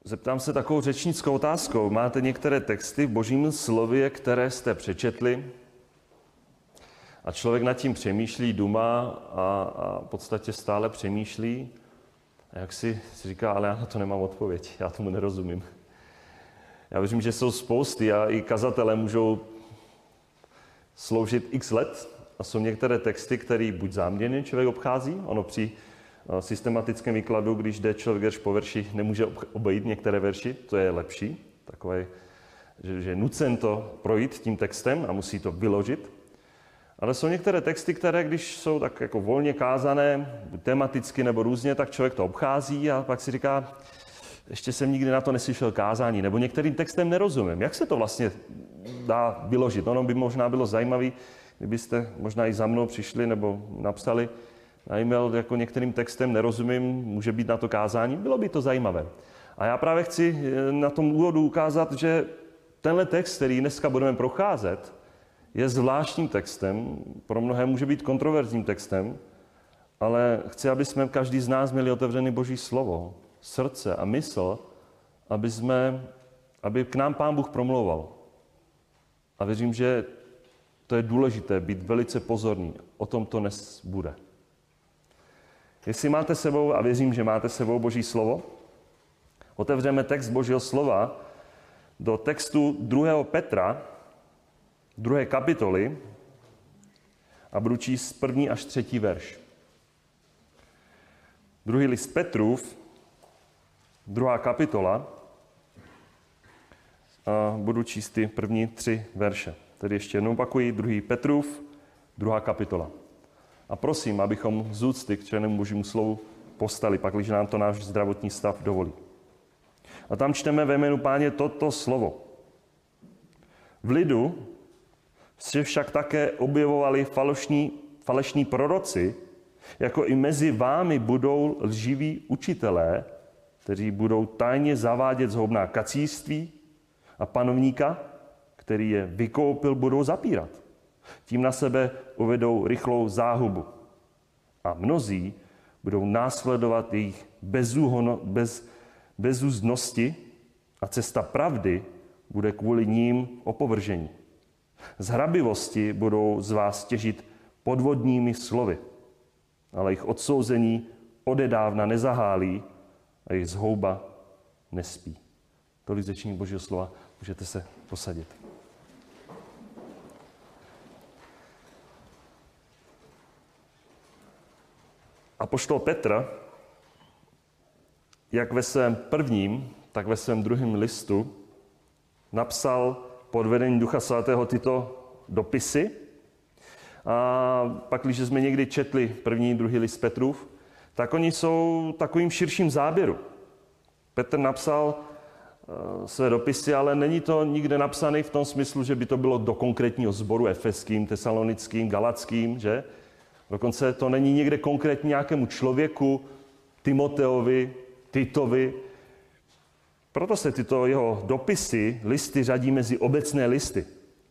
Zeptám se takovou řečnickou otázkou. Máte některé texty v Božím slově, které jste přečetli a člověk nad tím přemýšlí doma a v podstatě stále přemýšlí a jak si říká, ale já na to nemám odpověď, já tomu nerozumím. Já věřím, že jsou spousty a i kazatelé můžou sloužit x let a jsou některé texty, které buď záměrně člověk obchází, ono při systematickém výkladu, když jde člověk verš po verši, nemůže obejít některé verši, to je lepší, takové, že je nucen to projít tím textem a musí to vyložit. Ale jsou některé texty, které, když jsou tak jako volně kázané, tematicky nebo různě, tak člověk to obchází a pak si říká, ještě jsem nikdy na to neslyšel kázání, nebo některým textem nerozumím. Jak se to vlastně dá vyložit? Ono by možná bylo zajímavé, kdybyste možná i za mnou přišli nebo napsali na e-mail, jako některým textem nerozumím, může být na to kázání. Bylo by to zajímavé. A já právě chci na tom úvodu ukázat, že tenhle text, který dneska budeme procházet, je zvláštním textem, pro mnohé může být kontroverzním textem, ale chci, aby jsme každý z nás měli otevřený Boží slovo, srdce a mysl, aby k nám Pán Bůh promlouval. A věřím, že to je důležité, být velice pozorný. O tom to dnes bude. Jestli máte sebou, a věřím, že máte sebou Boží slovo, otevřeme text Božího slova do textu 2. Petra, 2. kapitoly a budu číst 1. až 3. verš. 2. list Petrův, 2. kapitola a budu číst ty první 3 verše. Tedy ještě jednou opakuji, 2. Petrův, 2. kapitola. A prosím, abychom z úcty k černému Božímu slovu povstali, pakliže nám to náš zdravotní stav dovolí. A tam čteme ve jménu Páně toto slovo. V lidu se však také objevovali falešní proroci, jako i mezi vámi budou lživí učitelé, kteří budou tajně zavádět zhoubná kacířství a panovníka, který je vykoupil, budou zapírat. Tím na sebe uvedou rychlou záhubu. A mnozí budou následovat jejich bezúzdnosti a cesta pravdy bude kvůli ním opovržení. Z hrabivosti budou z vás těžit podvodními slovy, ale jejich odsouzení odedávna nezahálí a jejich zhouba nespí. Tolik řečení Božího slova, můžete se posadit. Apoštol Petr, jak ve svém prvním, tak ve svém druhém listu, napsal pod vedením Ducha Svatého tyto dopisy. A pak, když jsme někdy četli první, druhý list Petrův, tak oni jsou takovým širším záběru. Petr napsal své dopisy, ale není to nikde napsané v tom smyslu, že by to bylo do konkrétního sboru efeským, tesalonickým, galackým, že? Dokonce to není někde konkrétně nějakému člověku, Timoteovi, Titovi. Proto se tyto jeho dopisy, listy řadí mezi obecné listy.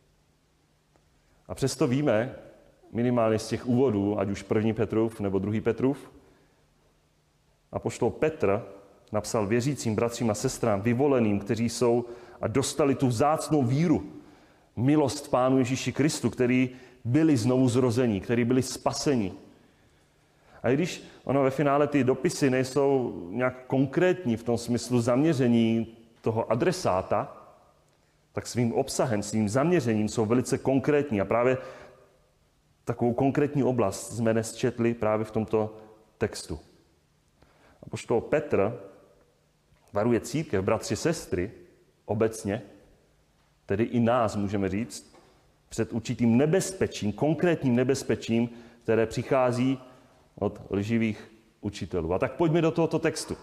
A přesto víme, minimálně z těch úvodů, ať už 1. Petrův nebo 2. Petrův, apoštol Petr napsal věřícím bratřím a sestrám, vyvoleným, kteří jsou a dostali tu vzácnou víru, milost Pánu Ježíši Kristu, který byli znovu zrození, který byli spaseni. A i když ono ve finále ty dopisy nejsou nějak konkrétní v tom smyslu zaměření toho adresáta, tak svým obsahem, svým zaměřením jsou velice konkrétní. A právě takovou konkrétní oblast jsme dnes četli právě v tomto textu. Apoštol Petr varuje církev, bratři, sestry, obecně, tedy i nás můžeme říct, před určitým nebezpečím, konkrétním nebezpečím, které přichází od lživých učitelů. A tak pojďme do tohoto textu.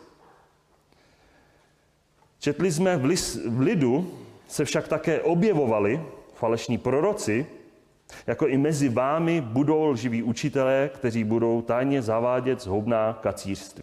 Četli jsme, v lidu se však také objevovali falešní proroci, jako i mezi vámi budou lživí učitelé, kteří budou tajně zavádět zhoubná kacířství.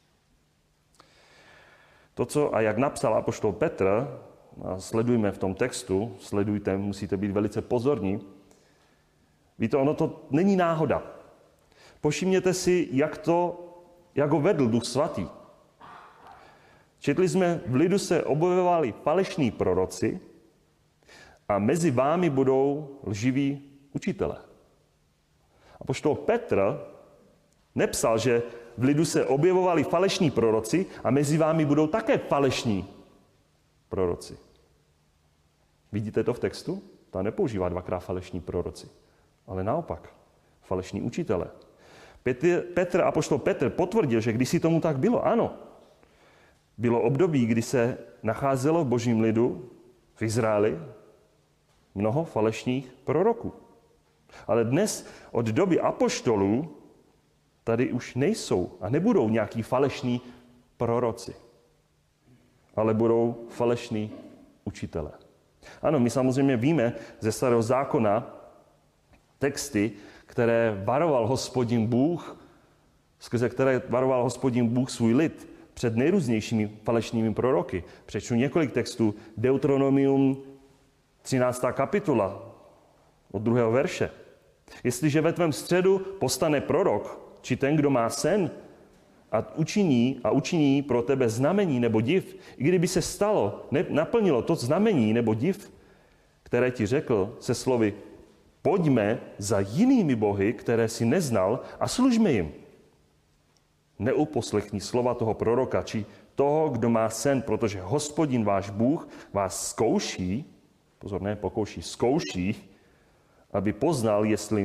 To, co a jak napsal apoštol Petr, sledujme v tom textu, sledujte, musíte být velice pozorní. Víte, ono to není náhoda. Povšimněte si, jak ho vedl Duch Svatý. Četli jsme, v lidu se objevovali falešní proroci a mezi vámi budou lživí učitelé. Apoštol Petr nepsal, že v lidu se objevovali falešní proroci a mezi vámi budou také falešní proroci. Vidíte to v textu? Tam nepoužívá dvakrát falešní proroci, ale naopak falešní učitelé. Apoštol Petr potvrdil, že kdysi tomu tak bylo. Ano, bylo období, kdy se nacházelo v božím lidu v Izraeli mnoho falešných proroků. Ale dnes od doby apoštolů tady už nejsou a nebudou nějaký falešní proroci, ale budou falešní učitelé. Ano, my samozřejmě víme ze Starého zákona texty, které varoval Hospodin Bůh, skrze které varoval Hospodin Bůh svůj lid před nejrůznějšími falešnými proroky. Přečtu několik textů. Deuteronomium 13. kapitola od 2. verše. Jestliže ve tvém středu postane prorok, či ten, kdo má sen, a učiní pro tebe znamení nebo div, i kdyby se stalo, naplnilo to znamení nebo div, které ti řekl se slovy, pojďme za jinými bohy, které si neznal, a služme jim. Neuposlechni slova toho proroka, či toho, kdo má sen, protože Hospodin váš Bůh vás zkouší, pozor, ne pokouší, zkouší, aby poznal, jestli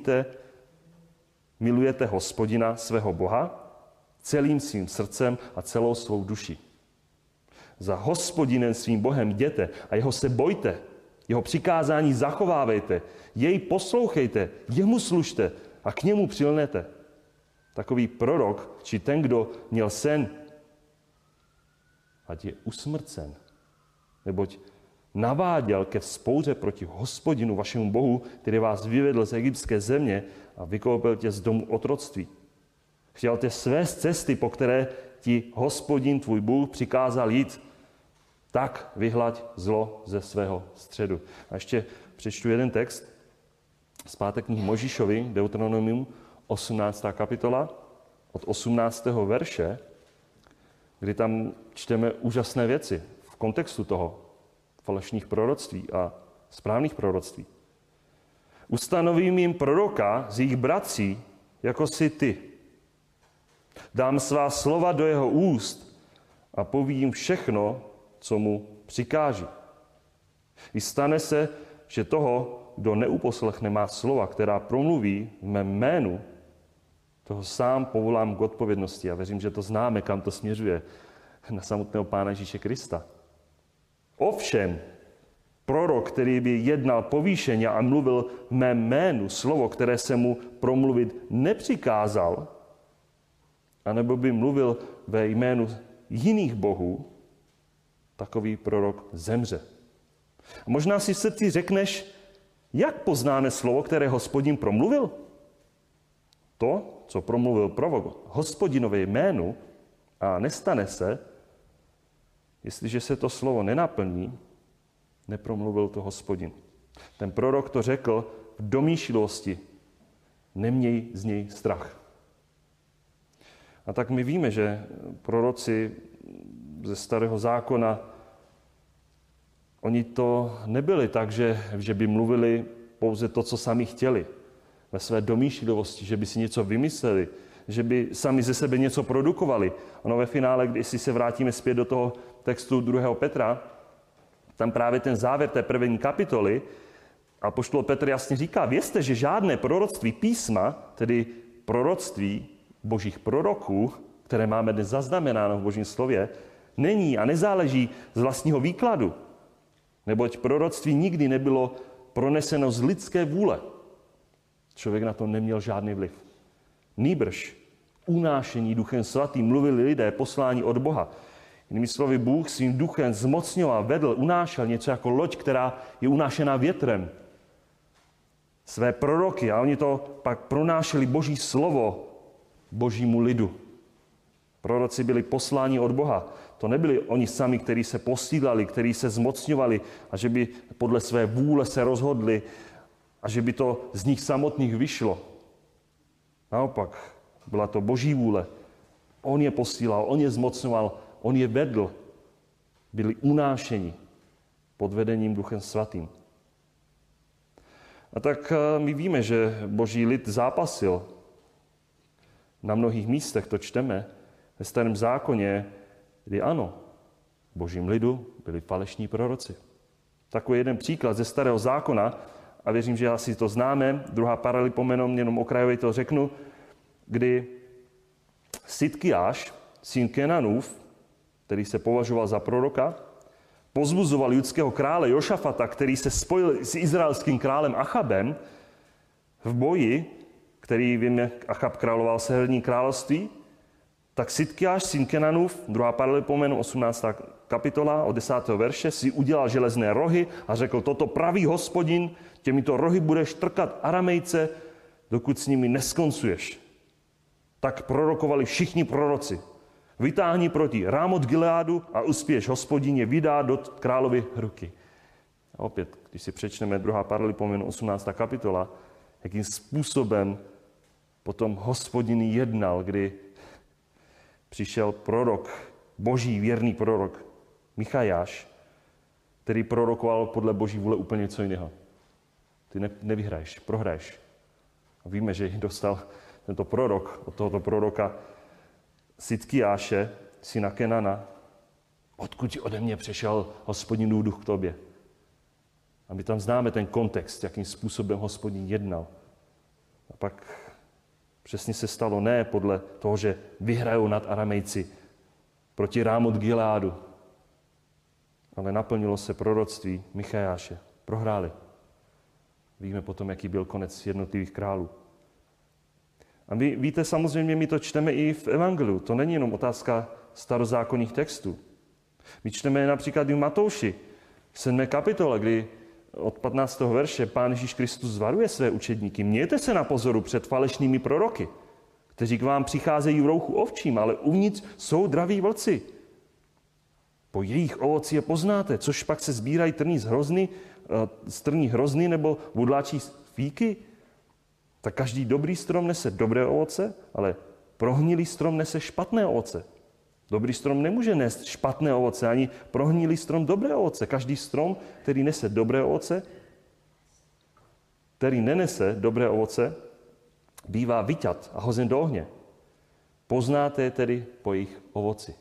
milujete Hospodina svého Boha celým svým srdcem a celou svou duší. Za Hospodinem svým Bohem jděte a jeho se bojte, jeho přikázání zachovávejte, jej poslouchejte, jemu služte a k němu přilnete. Takový prorok, či ten, kdo měl sen, ať je usmrcen, neboť naváděl ke vzpouře proti Hospodinu, vašemu Bohu, který vás vyvedl z egyptské země a vykoupil tě z domu otroctví. Chtěl tě svést cesty, po které ti Hospodin, tvůj Bůh, přikázal jít. Tak vyhlaď zlo ze svého středu. A ještě přečtu jeden text z 5. knihy Mojžíšovi, Deuteronomium, 18. kapitola, od 18. verše, kdy tam čteme úžasné věci v kontextu toho falešných proroctví a správných proroctví. Ustanovím jim proroka z jejich bratří, jako si ty. Dám svá slova do jeho úst a povím všechno, co mu přikáží. I stane se, že toho, kdo neuposlechne má slova, která promluví v mém jménu, toho sám povolám k odpovědnosti. A věřím, že to známe, kam to směřuje, na samotného Pána Ježíše Krista. Ovšem, prorok, který by jednal povýšeně a mluvil v mém jménu slovo, které se mu promluvit nepřikázal, anebo by mluvil ve jménu jiných bohů, takový prorok zemře. A možná si v srdci řekneš, jak poznáme slovo, které Hospodin promluvil? To, co promluvil prorok Hospodinové jménu, a nestane se, jestliže se to slovo nenaplní, nepromluvil to Hospodin. Ten prorok to řekl v domýšlivosti, neměj z něj strach. A tak my víme, že proroci ze Starého zákona, oni to nebyli tak, že by mluvili pouze to, co sami chtěli, ve své domýšlivosti, že by si něco vymysleli, že by sami ze sebe něco produkovali. Ono ve finále, když se vrátíme zpět do toho textu 2. Petra, tam právě ten závěr té první kapitoly, apoštol Petr jasně říká, vězte, že žádné proroctví písma, tedy proroctví božích proroků, které máme dnes zaznamenáno v božím slově, není a nezáleží z vlastního výkladu, neboť proroctví nikdy nebylo proneseno z lidské vůle. Člověk na to neměl žádný vliv. Nýbrž unášení Duchem Svatým mluvili lidé poslání od Boha. Jinými slovy, Bůh svým duchem zmocňoval, vedl, unášel něco jako loď, která je unášená větrem. Své proroky a oni to pak pronášeli Boží slovo Božímu lidu. Proroci byli posláni od Boha. To nebyli oni sami, kteří se posílali, kteří se zmocňovali a že by podle své vůle se rozhodli a že by to z nich samotných vyšlo. Naopak, byla to Boží vůle. On je posílal, on je zmocňoval, On je vedl. Byli unášeni pod vedením Duchem Svatým. A tak my víme, že Boží lid zápasil. Na mnohých místech to čteme ve Starém zákoně, kdy ano, v Božím lidu byli falešní proroci. Takový jeden příklad ze Starého zákona, a věřím, že asi to známe, druhá Paralipomenon, jenom okrajově to řeknu, kdy Sidkiáš, syn Kenanův, který se považoval za proroka, pozbuzoval judského krále Jošafata, který se spojil s izraelským králem Achabem v boji, který, víme, Achab královal Severní království, tak Sidkiáš, syn Kenanův, 2. Paralipomenon, 18. kapitola, od 10. verše, si udělal železné rohy a řekl, toto praví Hospodin, těmito rohy budeš trkat Aramejce, dokud s nimi neskoncuješ. Tak prorokovali všichni proroci. Vytáhni proti Rámot Gileádu a uspěješ, Hospodin je vydá do královy ruky. A opět, když si přečteme 2. Paralipomenon, 18. kapitola, jakým způsobem potom Hospodin jednal, kdy přišel prorok, boží věrný prorok Michajáš, který prorokoval podle boží vůle úplně něco jiného. Ty nevyhraješ, prohraješ. A víme, že dostal tento prorok od tohoto proroka Sidkiáše, syna Kenana, odkud ode mě přešel Hospodinův duch k tobě. A my tam známe ten kontext, jakým způsobem Hospodin jednal. A pak přesně se stalo ne podle toho, že vyhrajou nad Aramejci proti Rámot Gileádu, ale naplnilo se proroctví Michajáše. Prohráli. Víme potom, jaký byl konec jednotlivých králů. A vy víte, samozřejmě my to čteme i v Evangeliu. To není jenom otázka starozákonních textů. My čteme například i v Matouši, 7. kapitole, kdy od 15. verše Pán Ježíš Kristus varuje své učedníky. Mějte se na pozoru před falešnými proroky, kteří k vám přicházejí v rouchu ovčím, ale uvnitř jsou draví vlci. Po jejich ovoci je poznáte, což pak se sbírají trní hrozny nebo budláčí fíky. Tak každý dobrý strom nese dobré ovoce, ale prohnilý strom nese špatné ovoce. Dobrý strom nemůže nést špatné ovoce, ani prohnilý strom dobré ovoce. Každý strom, který nese dobré ovoce, který nenese dobré ovoce, bývá vyťat a hozen do ohně. Poznáte je tedy po jejich ovoci.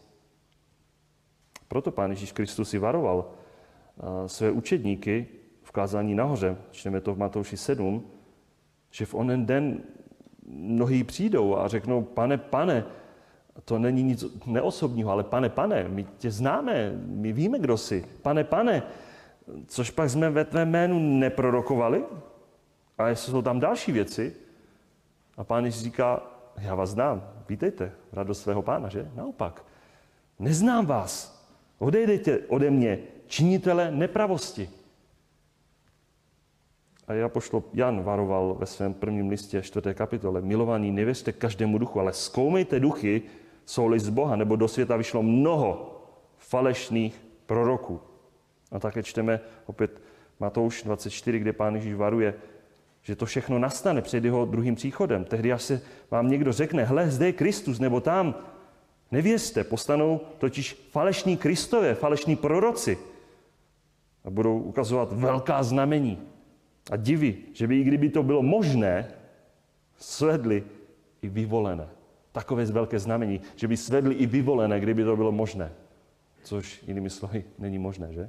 Proto Pán Ježíš Kristus si varoval své učedníky v kázání nahoře, čteme to v Matouši 7, že v onen den mnohí přijdou a řeknou, pane, to není nic neosobního, ale pane, my tě známe, my víme, kdo jsi. Pane, což pak jsme ve tvém jménu neprorokovali? A jsou tam další věci. A Pán Ježíš říká, já vás znám, vítejte, radost svého Pána, že? Naopak, neznám vás, odejdejte ode mě, činitele nepravosti. A apoštol Jan varoval ve svém prvním listě 4. kapitole, milovaní, nevěřte každému duchu, ale zkoumejte duchy, jsou-li z Boha, nebo do světa vyšlo mnoho falešných proroků. A také čteme opět Matouš 24, kde Pán Ježíš varuje, že to všechno nastane před jeho druhým příchodem. Tehdy, až se vám někdo řekne, hle, zde je Kristus, nebo tam, nevěřte, postanou totiž falešní Kristové, falešní proroci a budou ukazovat velká znamení a divy, že by, i kdyby to bylo možné, svedli i vyvolené. Takové velké znamení, že by svedli i vyvolené, kdyby to bylo možné. Což jinými slovy není možné, že?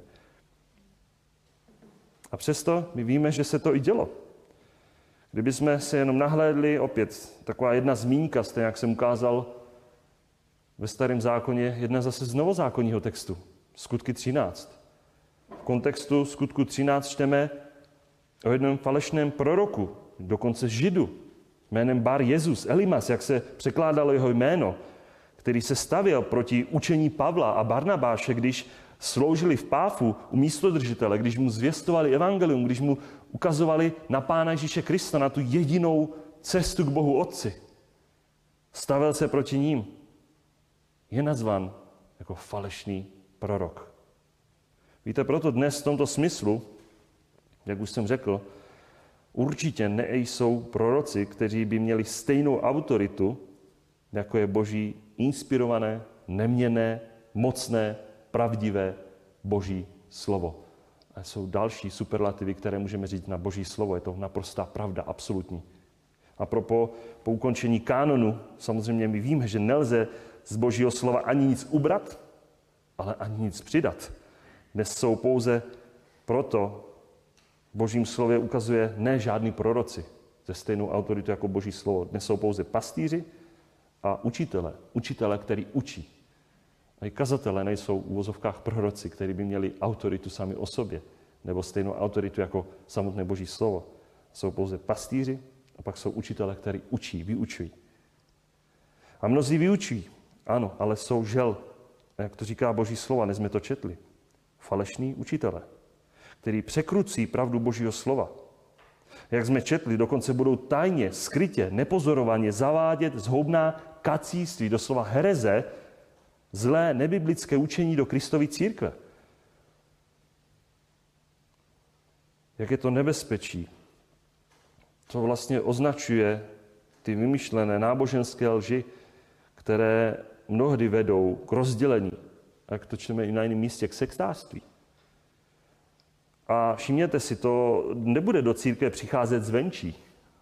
A přesto my víme, že se to i dělo. Kdyby jsme se jenom nahlédli, opět taková jedna zmínka, stejně jak jsem ukázal ve Starém zákoně, jedna zase z novozákonního textu, Skutky 13. V kontextu Skutku 13 čteme o jednom falešném proroku, dokonce Židu, jménem Bar Jezus, Elimas, jak se překládalo jeho jméno, který se stavěl proti učení Pavla a Barnabáše, když sloužili v Páfu u místodržitele, když mu zvěstovali evangelium, když mu ukazovali na Pána Ježíše Krista, na tu jedinou cestu k Bohu Otci. Stavěl se proti ním. Je nazván jako falešný prorok. Víte, proto dnes v tomto smyslu, jak už jsem řekl, určitě nejsou proroci, kteří by měli stejnou autoritu, jako je Boží inspirované, neměnné, mocné, pravdivé Boží slovo. A jsou další superlativy, které můžeme říct na Boží slovo. Je to naprostá pravda, absolutní. A po ukončení kánonu, samozřejmě my víme, že nelze z Božího slova ani nic ubrat, ale ani nic přidat. Dnes jsou pouze proto, v Božím slově ukazuje ne žádný proroci ze stejnou autoritou jako Boží slovo. Dnes jsou pouze pastýři a učitele, který učí. A i kazatelé nejsou v uvozovkách proroci, kteří by měli autoritu sami o sobě, nebo stejnou autoritu jako samotné Boží slovo. Jsou pouze pastýři a pak jsou učitele, kteří učí, vyučují. A mnozí vyučují, ano, ale jsou žel, jak to říká Boží slovo, dnes jsme to četli, falešní učitele, který překrucí pravdu Božího slova. Jak jsme četli, dokonce budou tajně, skrytě, nepozorovaně zavádět zhoubná kacíství, doslova hereze, zlé nebiblické učení do Kristovy církve. Jak je to nebezpečí, co vlastně označuje ty vymyšlené náboženské lži, které mnohdy vedou k rozdělení, jak to čteme i na jiném místě, k sektářství. A všimněte si, to nebude do církve přicházet zvenčí,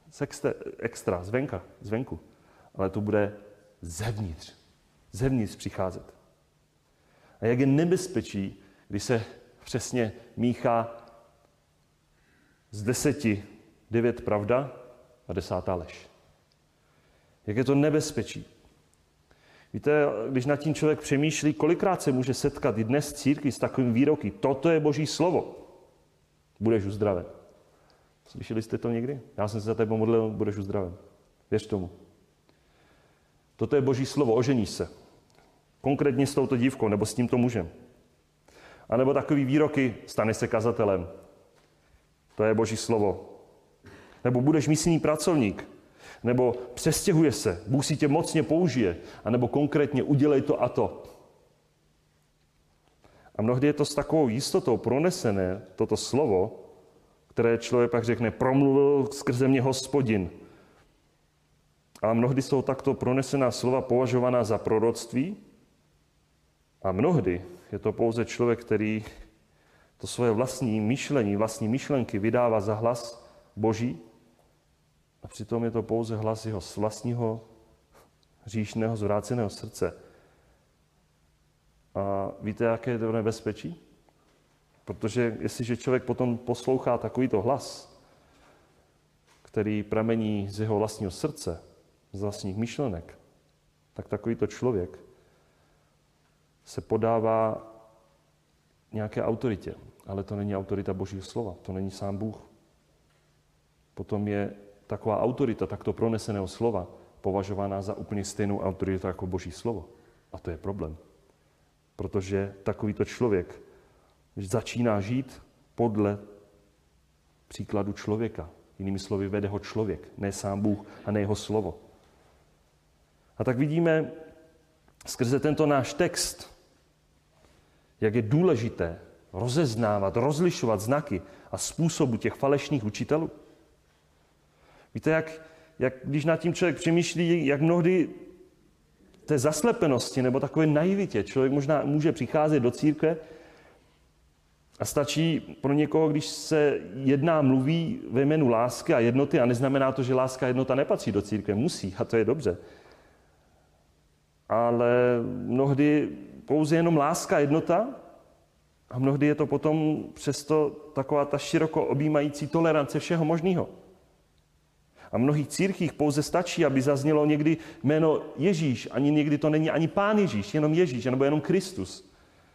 zvenku, ale to bude zevnitř přicházet. A jak je nebezpečí, když se přesně míchá z 10 9 pravda a 10 lež. Jak je to nebezpečí. Víte, když nad tím člověk přemýšlí, kolikrát se může setkat i dnes v církvi s takovým výroky, toto je Boží slovo, budeš uzdraven. Slyšeli jste to někdy? Já jsem se za tebe modlil, budeš uzdraven. Věř tomu. Toto je Boží slovo, oženíš se. Konkrétně s touto dívkou nebo s tímto mužem. A nebo takový výroky, stane se kazatelem. To je Boží slovo. Nebo budeš misijní pracovník. Nebo přestěhuje se, Bůh si tě mocně použije. A nebo konkrétně udělej to a to. A mnohdy je to s takovou jistotou pronesené, toto slovo, které člověk pak řekne, promluvil skrze mě Hospodin. A mnohdy jsou takto pronesená slova považovaná za proroctví. A mnohdy je to pouze člověk, který to svoje vlastní myšlení, vlastní myšlenky vydává za hlas Boží. A přitom je to pouze hlas jeho vlastního hříšného, zvráceného srdce. A víte, jaké je to nebezpečí? Protože jestliže člověk potom poslouchá takovýto hlas, který pramení z jeho vlastního srdce, z vlastních myšlenek, tak takovýto člověk se podává nějaké autoritě. Ale to není autorita Božího slova, to není sám Bůh. Potom je taková autorita takto proneseného slova považována za úplně stejnou autoritu jako Boží slovo. A to je problém. Protože takovýto člověk začíná žít podle příkladu člověka. Jinými slovy, vede ho člověk, ne sám Bůh a ne jeho slovo. A tak vidíme skrze tento náš text, jak je důležité rozeznávat, rozlišovat znaky a způsobu těch falešných učitelů. Víte, jak když nad tím člověk přemýšlí, jak mnohdy té zaslepenosti nebo takové naivitě člověk možná může přicházet do církve a stačí pro někoho, když se jedná, mluví ve jménu lásky a jednoty a neznamená to, že láska a jednota nepatří do církve. Musí a to je dobře. Ale mnohdy pouze jenom láska a jednota a mnohdy je to potom přesto taková ta široko objímající tolerance všeho možného. A v mnohých církvích pouze stačí, aby zaznělo někdy jméno Ježíš, ani někdy to není ani Pán Ježíš, jenom Ježíš, nebo jenom Kristus.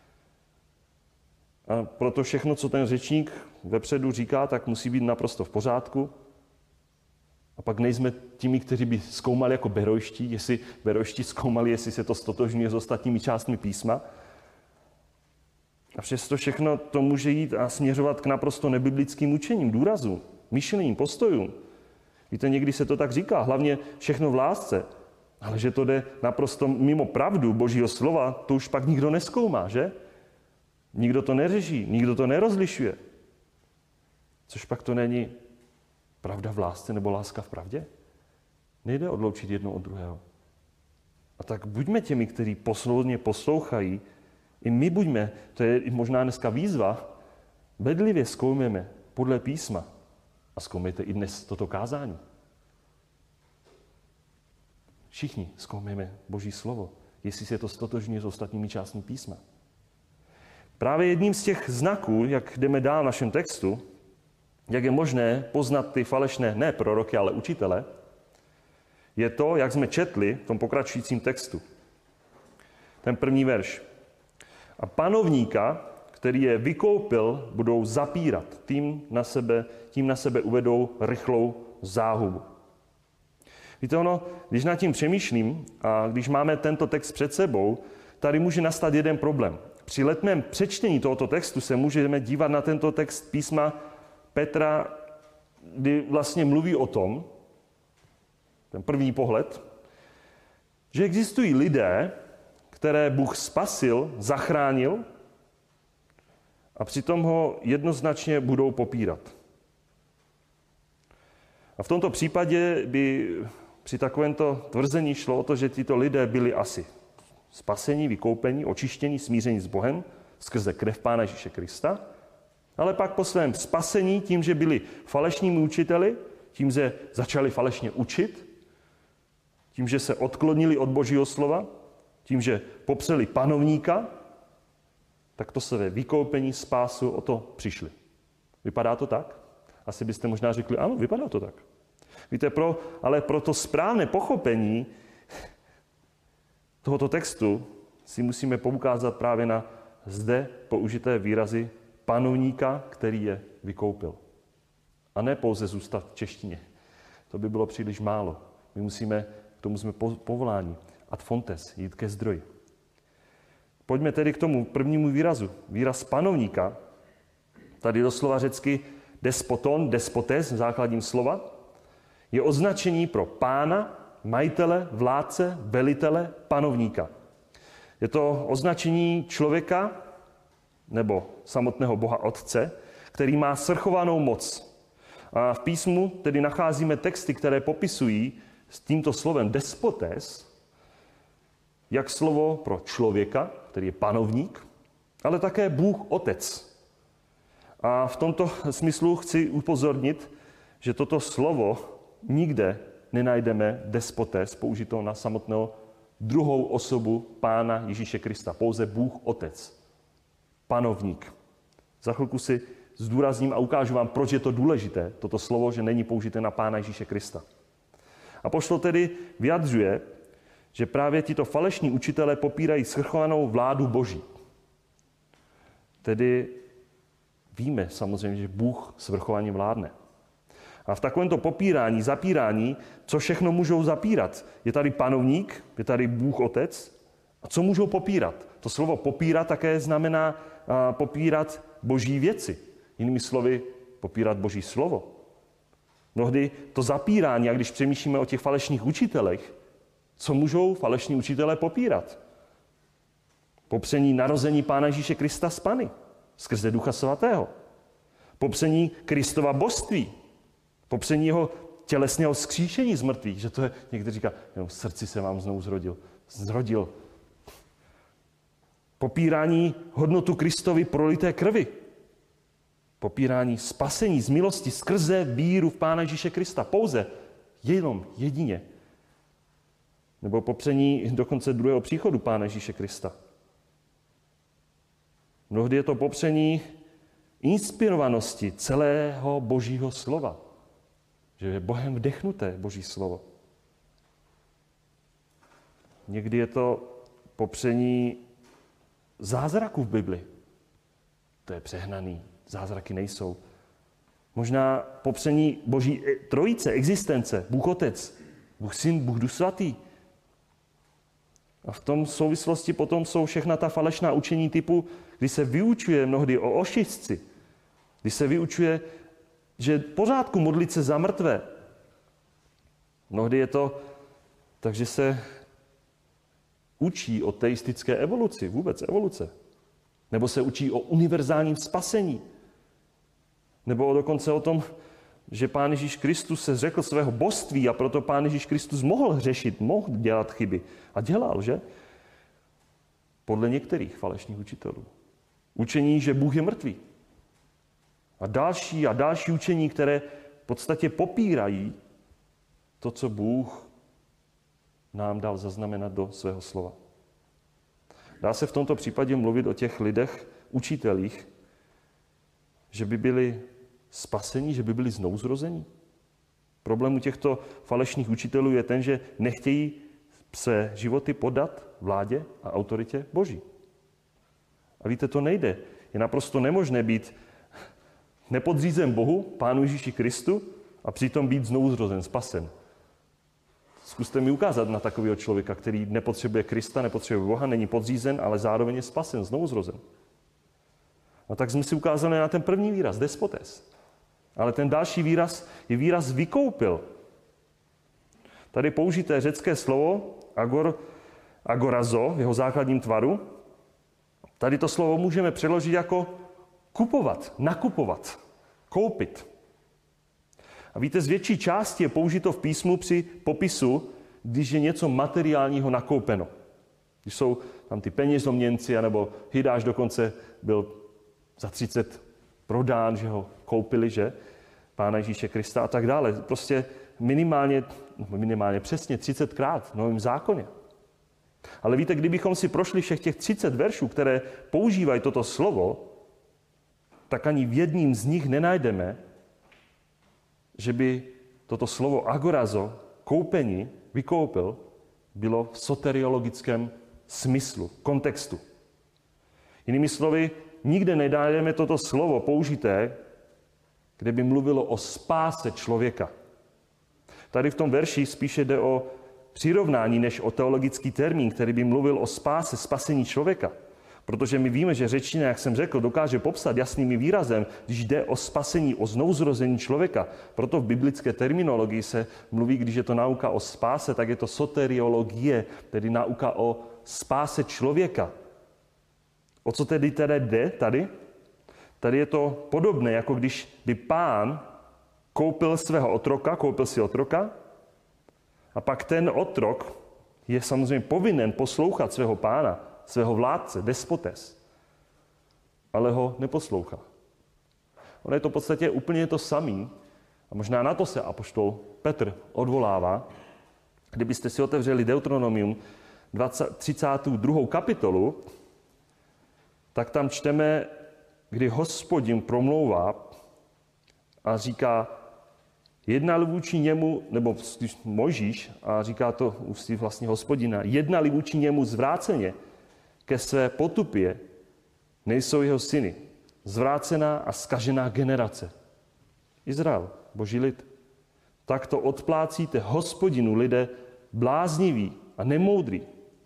A proto všechno, co ten řečník vepředu říká, tak musí být naprosto v pořádku. A pak nejsme těmi, kteří by zkoumali jako berojští, jestli berojští zkoumali, jestli se to stotožňuje s ostatními částmi písma. A přesto všechno to může jít a směřovat k naprosto nebiblickým učením, důrazům, myšlením, postojům. Víte, někdy se to tak říká, hlavně všechno v lásce, ale že to jde naprosto mimo pravdu Božího slova, to už pak nikdo nezkoumá, že? Nikdo to neřeší, nikdo to nerozlišuje. Což pak to není pravda v lásce nebo láska v pravdě? Nejde odloučit jedno od druhého. A tak buďme těmi, kteří posloudně poslouchají I my buďme, to je možná dneska výzva, bedlivě zkoumejme podle písma a zkoumejte i dnes toto kázání. Všichni zkoumejme Boží slovo, jestli se to stotožňuje s ostatními částmi písma. Právě jedním z těch znaků, jak jdeme dál v našem textu, jak je možné poznat ty falešné, ne proroky, ale učitele, je to, jak jsme četli v tom pokračujícím textu. Ten první verš. A panovníka, který je vykoupil, budou zapírat. Tím na sebe uvedou rychlou záhubu. Víte ono, když nad tím přemýšlím a když máme tento text před sebou, tady může nastat jeden problém. Při letmém přečtení tohoto textu se můžeme dívat na tento text písma Petra, kdy vlastně mluví o tom, ten první pohled, že existují lidé, které Bůh spasil, zachránil a přitom ho jednoznačně budou popírat. A v tomto případě by při takovémto tvrzení šlo o to, že tyto lidé byli asi spasení, vykoupení, očištění, smíření s Bohem skrze krev Pána Ježíše Krista, ale pak po svém spasení tím, že byli falešními učiteli, tím, že začali falešně učit, tím, že se odklonili od Božího slova, tím, že popřeli panovníka, tak to se ve vykoupení spásu o to přišli. Vypadá to tak? Asi byste možná řekli, ano, vypadá to tak. Víte, ale pro to správné pochopení tohoto textu si musíme poukázat právě na zde použité výrazy panovníka, který je vykoupil. A ne pouze zůstat v češtině. To by bylo příliš málo. K tomu jsme povoláni. Ad fontes, jít ke zdroji. Pojďme tedy k tomu prvnímu výrazu. Výraz panovníka, tady doslova řecky despoton, despotes, základním slova, je označení pro pána, majitele, vládce, velitele, panovníka. Je to označení člověka nebo samotného Boha Otce, který má svrchovanou moc. A v písmu tedy nacházíme texty, které popisují s tímto slovem despotes, jak slovo pro člověka, který je panovník, ale také Bůh Otec. A v tomto smyslu chci upozornit, že toto slovo nikde nenajdeme despotes použito na samotnou druhou osobu Pána Ježíše Krista. Pouze Bůh Otec. Panovník. Za chvilku si zdůrazním a ukážu vám, proč je to důležité, toto slovo, že není použité na Pána Ježíše Krista. Apoštol tedy vyjadřuje, že právě tito falešní učitelé popírají svrchovanou vládu Boží. Tedy víme samozřejmě, že Bůh svrchovaně vládne. A v takovémto popírání, zapírání, co všechno můžou zapírat? Je tady panovník, je tady Bůh Otec. A co můžou popírat? To slovo popírat také znamená popírat Boží věci. Jinými slovy, popírat Boží slovo. Mnohdy to zapírání, a když přemýšlíme o těch falešných učitelech, co můžou falešní učitelé popírat? Popření narození Pána Ježíše Krista z Panny, skrze Ducha Svatého. Popření Kristova božství. Popření jeho tělesného vzkříšení z mrtvých. Že to je, někdo říká, v srdci se vám znovu zrodil. Popírání hodnotu Kristovy prolité krvi. Popírání spasení z milosti skrze víru v Pána Ježíše Krista. Pouze, jedině. Nebo popření dokonce druhého příchodu Pána Ježíše Krista. Mnohdy je to popření inspirovanosti celého Božího slova. Že je Bohem vdechnuté Boží slovo. Někdy je to popření zázraků v Bibli. To je přehnaný. Zázraky nejsou. Možná popření Boží trojice, existence, Bůh Otec, Bůh Syn, Bůh Duch Svatý. A v tom souvislosti potom jsou všechna ta falešná učení typu, kdy se vyučuje mnohdy o ošistci, kdy se vyučuje, že je v pořádku modlit se za mrtvé. Mnohdy je to, takže se učí o teistické evoluci, vůbec evoluce. Nebo se učí o univerzálním spasení. Nebo dokonce o tom, že Pán Ježíš Kristus se zřekl svého božství a proto Pán Ježíš Kristus mohl hřešit, mohl dělat chyby. A dělal, že? podle některých falešných učitelů. Učení, že Bůh je mrtvý. A další učení, které v podstatě popírají to, co Bůh nám dal zaznamenat do svého slova. Dá se v tomto případě mluvit o těch lidech, učitelích, že by byli spasení, že by byli znovuzrození? Problém u těchto falešných učitelů je ten, že nechtějí své životy podat vládě a autoritě Boží. A víte, to nejde. Je naprosto nemožné být nepodřízen Bohu, Pánu Ježíši Kristu, a přitom být znovuzrozen, spasen. Zkuste mi ukázat na takového člověka, který nepotřebuje Krista, nepotřebuje Boha, není podřízen, ale zároveň je spasen, znovuzrozen. A tak jsme si ukázali na ten první výraz, despotes. Ale ten další výraz je výraz vykoupil. Tady použité řecké slovo agorazo v jeho základním tvaru. Tady to slovo můžeme přeložit jako kupovat, nakupovat, koupit. A víte, z větší části je použito v písmu při popisu, když je něco materiálního nakoupeno. Když jsou tam ty penězoměnci, anebo Hydáš dokonce byl za 30 prodán, že ho koupili, že? Pána Ježíše Krista a tak dále. Prostě minimálně přesně 30krát v Novém zákoně. Ale víte, kdybychom si prošli všech těch 30 veršů, které používají toto slovo, tak ani v jedním z nich nenajdeme, že by toto slovo agorazo, koupení, vykoupil, bylo v soteriologickém smyslu, kontextu. Jinými slovy, nikde nenajdeme toto slovo použité, kde by mluvilo o spáse člověka. Tady v tom verši spíše jde o přirovnání, než o teologický termín, který by mluvil o spáse, spasení člověka. Protože my víme, že řečtina, jak jsem řekl, dokáže popsat jasným výrazem, když jde o spasení, o znovuzrození člověka. Proto v biblické terminologii se mluví, když je to nauka o spáse, tak je to soteriologie, tedy nauka o spáse člověka. O co tedy jde tady? Tady je to podobné, jako když by pán koupil svého otroka, koupil si otroka, a pak ten otrok je samozřejmě povinen poslouchat svého pána, svého vládce, despotes, ale ho neposlouchá. Ono je to v podstatě úplně to samé, a možná na to se apoštol Petr odvolává. Kdybyste si otevřeli Deuteronomium 32. kapitolu, tak tam čteme, kdy Hospodin promlouvá a říká, jednali vůči němu, nebo Mojžíš, a říká to ústy vlastně Hospodina, jednali vůči němu zvráceně ke své potupě, nejsou jeho syny. Zvrácená a zkažená generace. Izrael, boží lid. Tak to odplácíte Hospodinu, lidé blázniví a nemoudrý.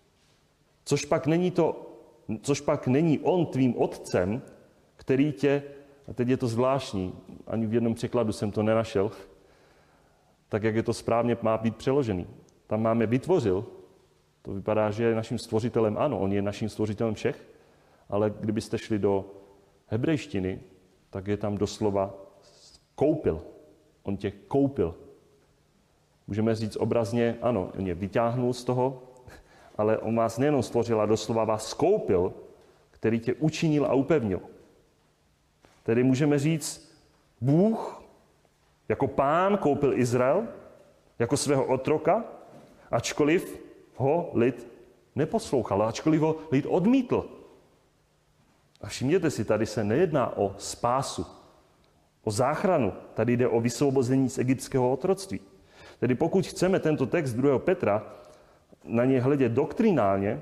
Což pak není on tvým otcem, který tě, a teď je to zvláštní, ani v jednom překladu jsem to nenašel, tak jak je to správně má být přeložený. Tam máme vytvořil, to vypadá, že je naším stvořitelem, ano, on je naším stvořitelem všech, ale kdybyste šli do hebrejštiny, tak je tam doslova koupil. On tě koupil. Můžeme říct obrazně, ano, on je vytáhnul z toho, ale on vás nejenom stvořil, a doslova vás koupil, který tě učinil a upevnil. Tedy můžeme říct, Bůh jako pán koupil Izrael, jako svého otroka, ačkoliv ho lid neposlouchal, ačkoliv ho lid odmítl. A všimněte si, tady se nejedná o spásu, o záchranu. Tady jde o vysvobození z egyptského otroctví. Tedy pokud chceme tento text 2. Petra na něj hledět doktrinálně,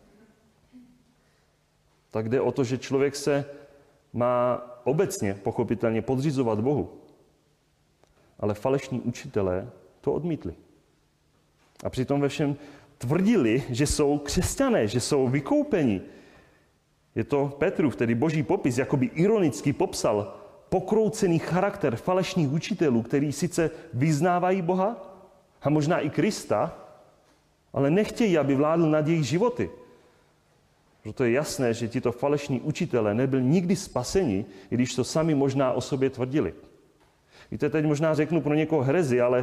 tak jde o to, že člověk se má obecně, pochopitelně, podřizovat Bohu. Ale falešní učitelé to odmítli. A přitom ve všem tvrdili, že jsou křesťané, že jsou vykoupeni. Je to Petrův, tedy boží popis, jakoby ironicky popsal pokroucený charakter falešných učitelů, který sice vyznávají Boha a možná i Krista, ale nechtějí, aby vládl nad jejich životy. Proto je jasné, že tito falešní učitelé nebyli nikdy spaseni, i když to sami možná o sobě tvrdili. Víte, teď možná řeknu pro někoho herezi, ale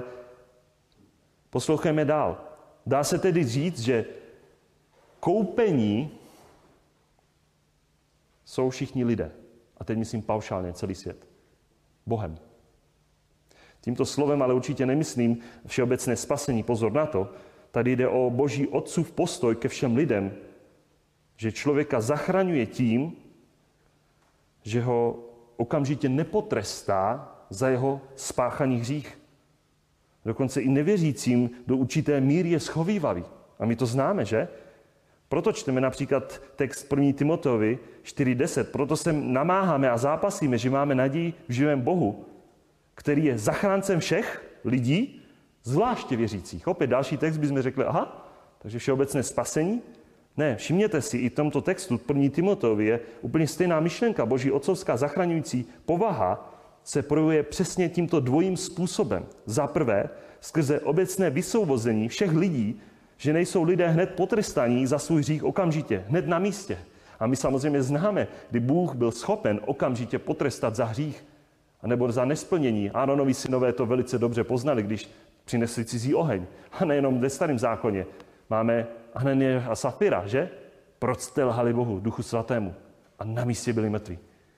poslouchejme dál. Dá se tedy říct, že koupení jsou všichni lidé. A teď myslím paušálně celý svět. Bohem. Tímto slovem ale určitě nemyslím všeobecné spasení. Pozor na to. Tady jde o Boží Otcův postoj ke všem lidem, že člověka zachraňuje tím, že ho okamžitě nepotrestá za jeho spáchaný hřích. Dokonce i nevěřícím do určité míry je schovívavý. A my to známe, že? Proto čteme například text 1. Timoteovi 4.10. Proto se namáháme a zápasíme, že máme naději v živém Bohu, který je zachráncem všech lidí, zvláště věřících. Opět další text bychom řekli, aha, takže všeobecné spasení. Ne, všimněte si, i v tomto textu 1. Timoteovi je úplně stejná myšlenka. Boží otcovská zachraňující povaha se projevuje přesně tímto dvojím způsobem. Za prvé, skrze obecné vysvobození všech lidí, že nejsou lidé hned potrestáni za svůj hřích okamžitě, hned na místě. A my samozřejmě známe, kdy Bůh byl schopen okamžitě potrestat za hřích, anebo za nesplnění. Áronovi synové to velice dobře poznali, když přinesli cizí oheň. A nejenom ve Starém zákoně. Máme Ananiáše a Safira, že? Proč jste lhali Bohu, Duchu Svatému? A na místě byli mrtví.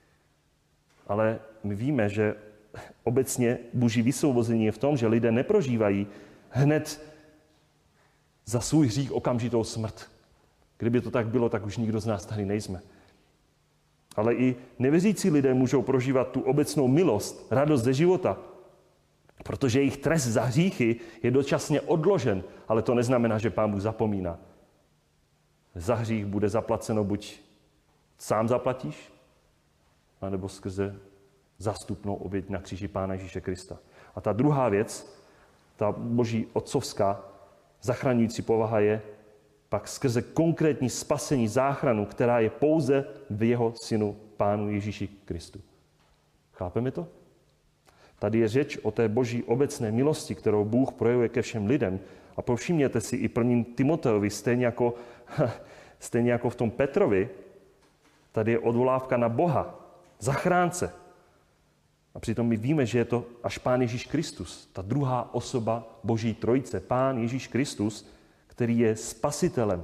Ale my víme, že obecně Boží vysvobození je v tom, že lidé neprožívají hned za svůj hřích okamžitou smrt. Kdyby to tak bylo, tak už nikdo z nás tady nejsme. Ale i nevěřící lidé můžou prožívat tu obecnou milost, radost ze života, protože jejich trest za hříchy je dočasně odložen, ale to neznamená, že Pán Bůh zapomíná. Za hřích bude zaplaceno buď sám zaplatíš, anebo skrze zástupnou oběť na kříži Pána Ježíše Krista. A ta druhá věc, ta Boží otcovská zachraňující povaha je pak skrze konkrétní spasení, záchranu, která je pouze v jeho synu Pánu Ježíši Kristu. Chápeme to? Tady je řeč o té Boží obecné milosti, kterou Bůh projevuje ke všem lidem. A povšimněte si i 1. Timoteovi, stejně jako v tom Petrovi, tady je odvolávka na Boha, zachránce. A přitom my víme, že je to až Pán Ježíš Kristus, ta druhá osoba Boží trojice, Pán Ježíš Kristus, který je spasitelem.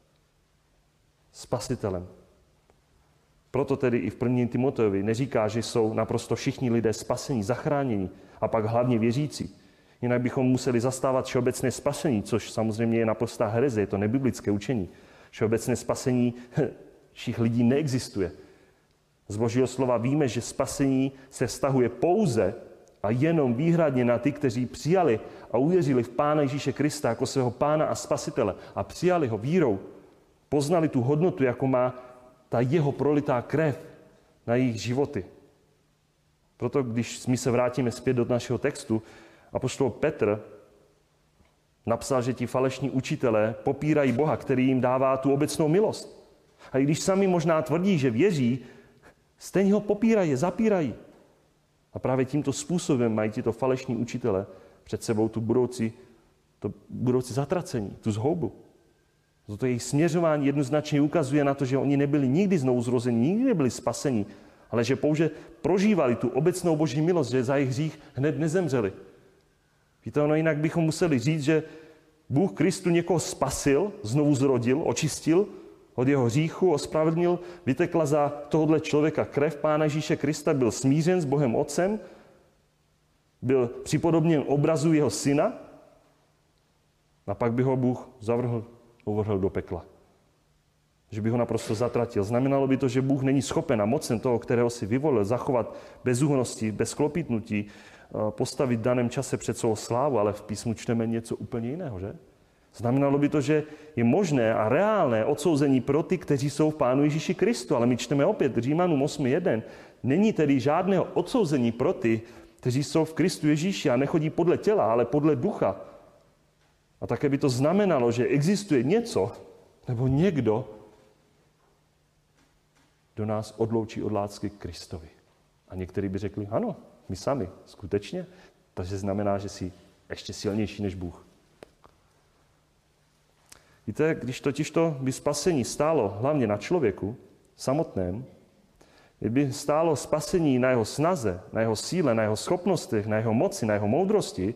Spasitelem. Proto tedy i v 1. Timoteovi neříká, že jsou naprosto všichni lidé spasení, zachráněni a pak hlavně věřící. Jinak bychom museli zastávat všeobecné spasení, což samozřejmě je naprostá hereze, je to nebiblické učení. Všeobecné spasení všech lidí neexistuje. Z Božího slova víme, že spasení se vztahuje pouze a jenom výhradně na ty, kteří přijali a uvěřili v Pána Ježíše Krista jako svého Pána a Spasitele a přijali ho vírou, poznali tu hodnotu, jako má ta jeho prolitá krev na jejich životy. Proto, když my se vrátíme zpět do našeho textu, apoštol Petr napsal, že ti falešní učitelé popírají Boha, který jim dává tu obecnou milost. A i když sami možná tvrdí, že věří, stejně ho popírají, zapírají. A právě tímto způsobem mají tito falešní učitelé před sebou tu budoucí zatracení, tu zhoubu. Toto jejich směřování jednoznačně ukazuje na to, že oni nebyli nikdy znovu zrozeni, nikdy nebyli spaseni, ale že pouze prožívali tu obecnou Boží milost, že za jejich hřích hned nezemřeli. Víte, ono jinak bychom museli říct, že Bůh Kristu někoho spasil, znovu zrodil, očistil od jeho hříchu, ospravedlnil, vytekla za tohohle člověka krev Pána Ježíše Krista, byl smířen s Bohem Otcem, byl připodobněn obrazu jeho syna a pak by ho Bůh uvrhl do pekla. Že by ho naprosto zatratil. Znamenalo by to, že Bůh není schopen a mocen toho, kterého si vyvolil, zachovat bezúhonnosti, bez klopítnutí, postavit v daném čase před svou slávu, ale v písmu čteme něco úplně jiného, že? Znamenalo by to, že je možné a reálné odsouzení pro ty, kteří jsou v Pánu Ježíši Kristu. Ale my čteme opět Římanům 8.1. Není tedy žádného odsouzení pro ty, kteří jsou v Kristu Ježíši a nechodí podle těla, ale podle ducha. A také by to znamenalo, že existuje něco nebo někdo, kdo nás odloučí od lásky k Kristovi. A někteří by řekli, ano, my sami, skutečně. Takže znamená, že jsi ještě silnější než Bůh. Víte, když totižto by spasení stálo hlavně na člověku samotném, kdyby stálo spasení na jeho snaze, na jeho síle, na jeho schopnostech, na jeho moci, na jeho moudrosti,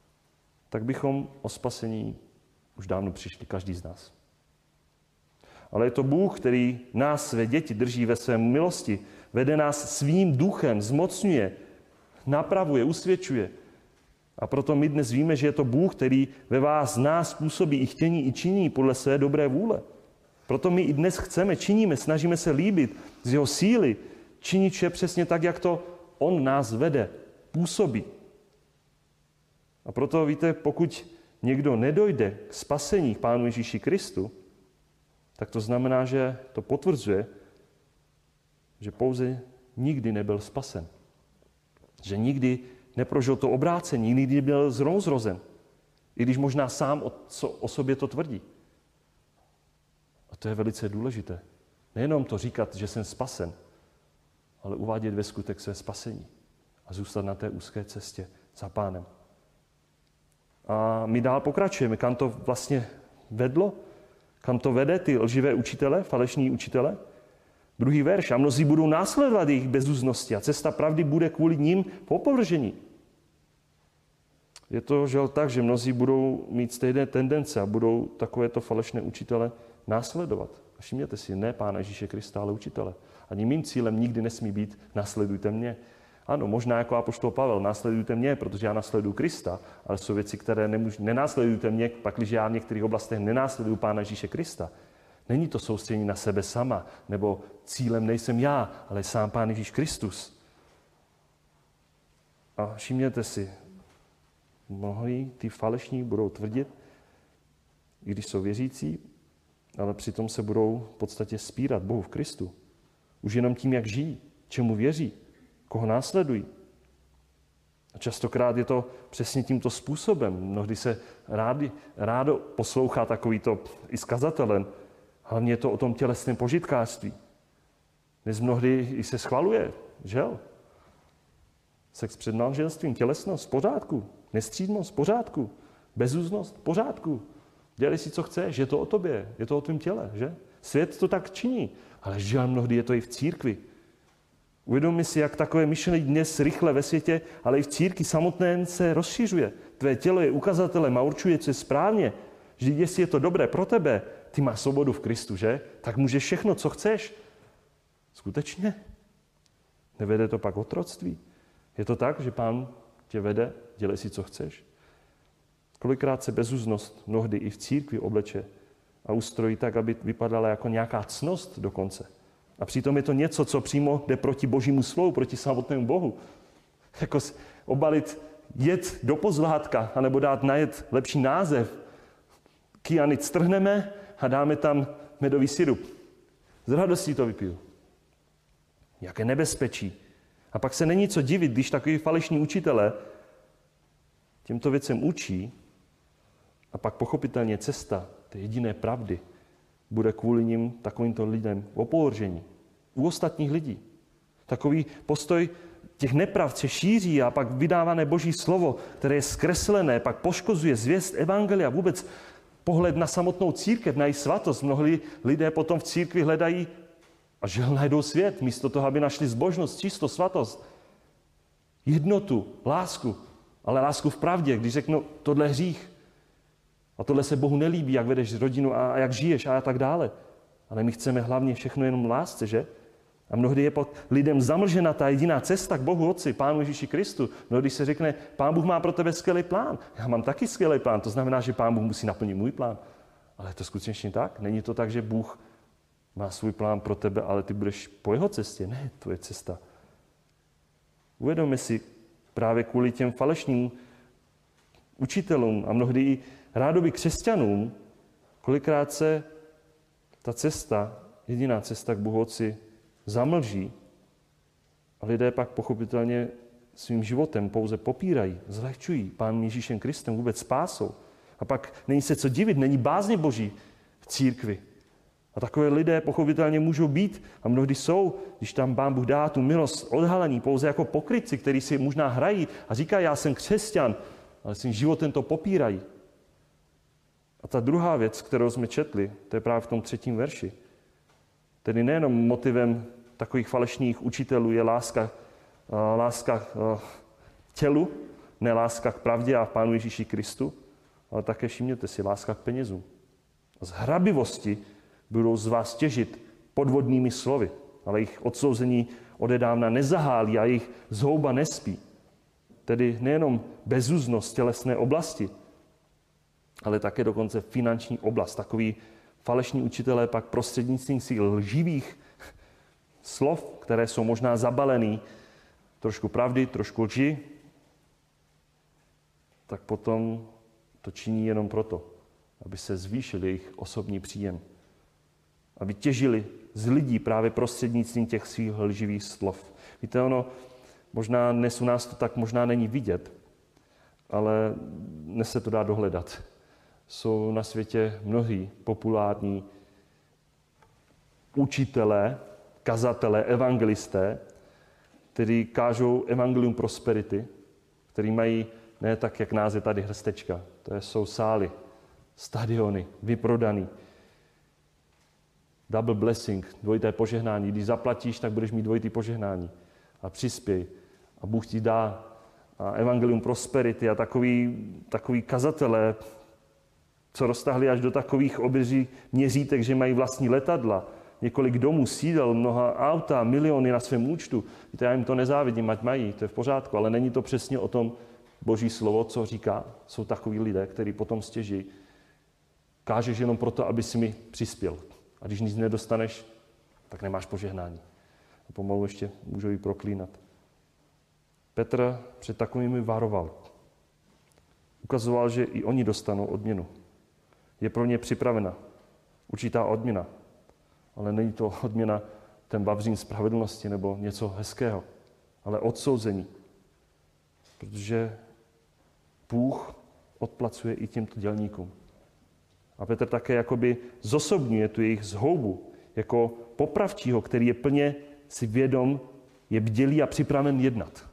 tak bychom o spasení už dávno přišli, každý z nás. ale je to Bůh, který nás, své děti, drží ve své milosti, vede nás svým duchem, zmocňuje, napravuje, usvědčuje. A proto my dnes víme, že je to Bůh, který ve vás, nás působí i chtění, i činí podle své dobré vůle. Proto my i dnes chceme, činíme, snažíme se líbit z jeho síly, činit vše přesně tak, jak to on nás vede, působí. A proto víte, pokud někdo nedojde k spasení k Pánu Ježíši Kristu, tak to znamená, že to potvrzuje, že pouze nikdy nebyl spasen. Že nikdy neprožil to obrácení, nikdy nebyl znovuzrozen. I když možná sám o sobě to tvrdí. A to je velice důležité. Nejenom to říkat, že jsem spasen, ale uvádět ve skutek své spasení a zůstat na té úzké cestě za Pánem. A my dál pokračujeme, kam to vlastně vedlo, kam to vede ty lživé učitele, falešní učitele. 2. verš. A mnozí budou následovat jejich bezúznosti a cesta pravdy bude kvůli ním v opovržení. Je to žel tak, že mnozí budou mít stejné tendence a budou takovéto falešné učitele následovat. A všimněte si, ne Pána Ježíše Krista, ale učitele. Ani mým cílem nikdy nesmí být následujte mě. Ano, možná jako apoštol Pavel, následujte mě, protože já následuju Krista, ale jsou věci, které nenásledujte mě, pakliže já v některých oblastech nenásleduju Pána Ježíše Krista. Není to soustředění na sebe sama, nebo cílem nejsem já, ale sám Pán Ježíš Kristus. A všimněte si, mnohí ty falešní budou tvrdit, i když jsou věřící, ale přitom se budou v podstatě spírat Bohu v Kristu. Už jenom tím, jak žijí, čemu věří, koho následují. A častokrát je to přesně tímto způsobem. Mnohdy se rádo poslouchá takovýto i s kazatelem. Hlavně je to o tom tělesném požitkářství. Dnes mnohdy i se schvaluje, žel? Sex před manželstvím, tělesnost, v pořádku. Nestřídmost, v pořádku. Bezúznost, v pořádku. Dělej si, co chceš, je to o tobě, je to o tvém těle, že? Svět to tak činí, ale žel mnohdy je to i v církvi. Uvědomi si, jak takové myšlení dnes rychle ve světě, ale i v církvi samotné se rozšiřuje. Tvé tělo je ukazatelem a určuje, co je správně. Že jestli je to dobré pro tebe, ty máš svobodu v Kristu, že? Tak můžeš všechno, co chceš. Skutečně? Nevede to pak otroctví? Je to tak, že Pán tě vede, dělej si, co chceš? Kolikrát se bezúznost mnohdy i v církvi obleče a ustrojí tak, aby vypadala jako nějaká ctnost dokonce. A přitom je to něco, co přímo jde proti Božímu slovu, proti samotnému Bohu. Jako obalit jed do pozlátka, anebo dát na jed lepší název. Kyanid strhneme a dáme tam medový sirup. Z radostí to vypiju. Jaké nebezpečí. A pak se není co divit, když takový falešní učitelé těmto věcem učí a pak pochopitelně cesta té jediné pravdy bude kvůli nim takovýmto lidem v opovržení. U ostatních lidí. Takový postoj těch nepravd se šíří a pak vydávané Boží slovo, které je zkreslené, pak poškozuje zvěst evangelia, vůbec pohled na samotnou církev, na její svatost. Mnohdy lidé potom v církvi hledají a žel najdou svět, místo toho, aby našli zbožnost, čistost, svatost, jednotu, lásku, ale lásku v pravdě, když řeknou, tohle je hřích a tohle se Bohu nelíbí, jak vedeš rodinu a jak žiješ a tak dále. Ale my chceme hlavně všechno jenom lásce, že? A mnohdy je pod lidem zamlžena ta jediná cesta k Bohu Otci, Pánu Ježíši Kristu. Mnohdy se řekne, Pán Bůh má pro tebe skvělý plán. Já mám taky skvělý plán, to znamená, že Pán Bůh musí naplnit můj plán. Ale je to skutečně tak? Není to tak, že Bůh má svůj plán pro tebe, ale ty budeš po jeho cestě? Ne, to je cesta. Uvědomme si právě kvůli těm falešným učitelům a mnohdy i rádoby křesťanům, kolikrát se ta cesta, jediná cesta k Bohu Otci, zamlží a lidé pak pochopitelně svým životem pouze popírají, zlehčují Pánem Ježíšem Kristem vůbec spásou. A pak není se co divit, není bázně Boží v církvi. A takové lidé pochopitelně můžou být a mnohdy jsou, když tam Pán Bůh dá tu milost odhalení, pouze jako pokrytci, kteří si možná hrají a říkají, já jsem křesťan, ale svým životem to popírají. A ta druhá věc, kterou jsme četli, to je právě v tom 3. verši. Tedy nejenom motivem takových falešných učitelů je láska k tělu, ne láska k pravdě a Pánu Ježíši Kristu, ale také všimněte si, láska k penězům. Z hrabivosti budou z vás těžit podvodnými slovy, ale jejich odsouzení odedávna nezahálí a jejich zhouba nespí. Tedy nejenom bezúznost tělesné oblasti, ale také dokonce finanční oblast. Takoví falešní učitelé pak prostřednictvím svých lživých slov, které jsou možná zabalený trošku pravdy, trošku lži, tak potom to činí jenom proto, aby se zvýšil jejich osobní příjem. Aby těžili z lidí právě prostřednictvím těch svých lživých slov. Víte, možná dnes u nás to tak možná není vidět, ale dnes se to dá dohledat. Jsou na světě mnohí populární učitelé, kazatelé, evangelisté, kteří kážou evangelium prosperity, který mají ne tak, jak nás je tady hrstečka. To jsou sály, stadiony, vyprodaný. Double blessing, dvojité požehnání. Když zaplatíš, tak budeš mít dvojité požehnání. A přispěj. A Bůh ti dá. A evangelium prosperity a takový kazatelé, co roztahli až do takových obří měřítek, že mají vlastní letadla, několik domů, sídel, mnoha auta, miliony na svém účtu. Víte, já jim to nezávidím, ať mají, to je v pořádku, ale není to přesně o tom Boží slovo, co říká. Jsou takoví lidé, kteří potom stěží. Kážeš jenom proto, aby si mi přispěl. A když nic nedostaneš, tak nemáš požehnání. A pomalu ještě můžou ji proklínat. Petr před takovými varoval. Ukazoval, že i oni dostanou odměnu. Je pro ně připravena určitá odměna. Ale není to odměna ten vavřín spravedlnosti nebo něco hezkého, ale odsouzení. Protože Bůh odplacuje i těmto dělníkům. A Petr také jakoby zosobňuje tu jejich zhoubu jako popravčího, který je plně si vědom, je bdělý a připraven jednat.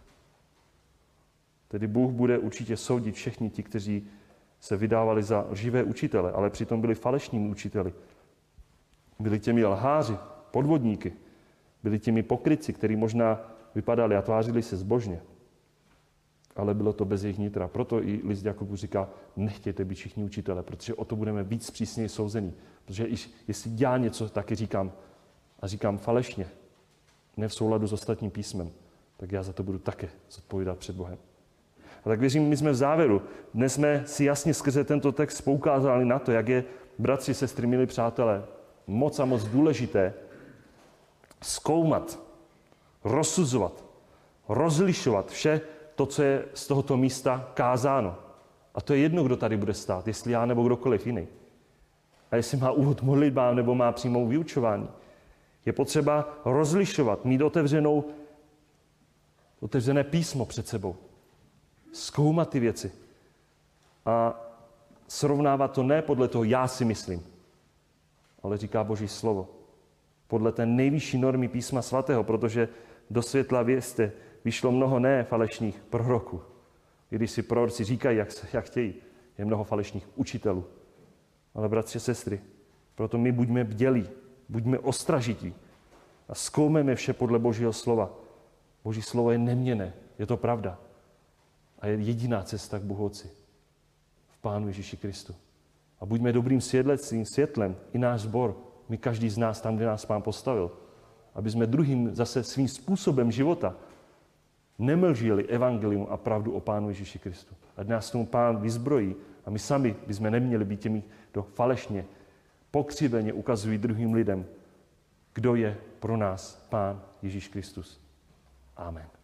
Tedy Bůh bude určitě soudit všechny ti, kteří se vydávali za lživé učitele, ale přitom byli falešními učiteli. Byli těmi lháři, podvodníky, byli těmi pokrytci, kteří možná vypadali a tvářili se zbožně. Ale bylo to bez jejich nitra. Proto i list Jakobu říká, nechtějte být všichni učitele, protože o to budeme víc přísněji souzení. Protože jestli já něco taky říkám a říkám falešně, ne v souladu s ostatním písmem, tak já za to budu také zodpovídat před Bohem. A tak věřím, my jsme v závěru. Dnes jsme si jasně skrze tento text poukázali na to, jak je, bratři, sestry, milí přátelé, moc a moc důležité zkoumat, rozsuzovat, rozlišovat vše to, co je z tohoto místa kázáno. A to je jedno, kdo tady bude stát, jestli já nebo kdokoliv jiný. A jestli má úvod modlitbám nebo má přímou vyučování. Je potřeba rozlišovat, mít otevřené písmo před sebou. Zkoumat ty věci. A srovnávat to ne podle toho, já si myslím, ale říká Boží slovo. Podle té nejvyšší normy písma svatého, protože do světla vězte vyšlo mnoho falešných proroků. I když si proroci říkají, jak chtějí, je mnoho falešných učitelů. Ale bratři, sestry, proto my buďme bdělí, buďme ostražití a zkoumejme vše podle Božího slova. Boží slovo je neměnné, je to pravda. A je jediná cesta k Bohu Otci, v Pánu Ježíši Kristu. A buďme dobrým světlem, i náš sbor, my každý z nás tam, kde nás Pán postavil, aby jsme druhým zase svým způsobem života nemlžili evangelium a pravdu o Pánu Ježíši Kristu. Ať nás tomu Pán vyzbrojí a my sami bychom neměli být těmi, kdo falešně, pokřiveně ukazují druhým lidem, kdo je pro nás Pán Ježíš Kristus. Amen.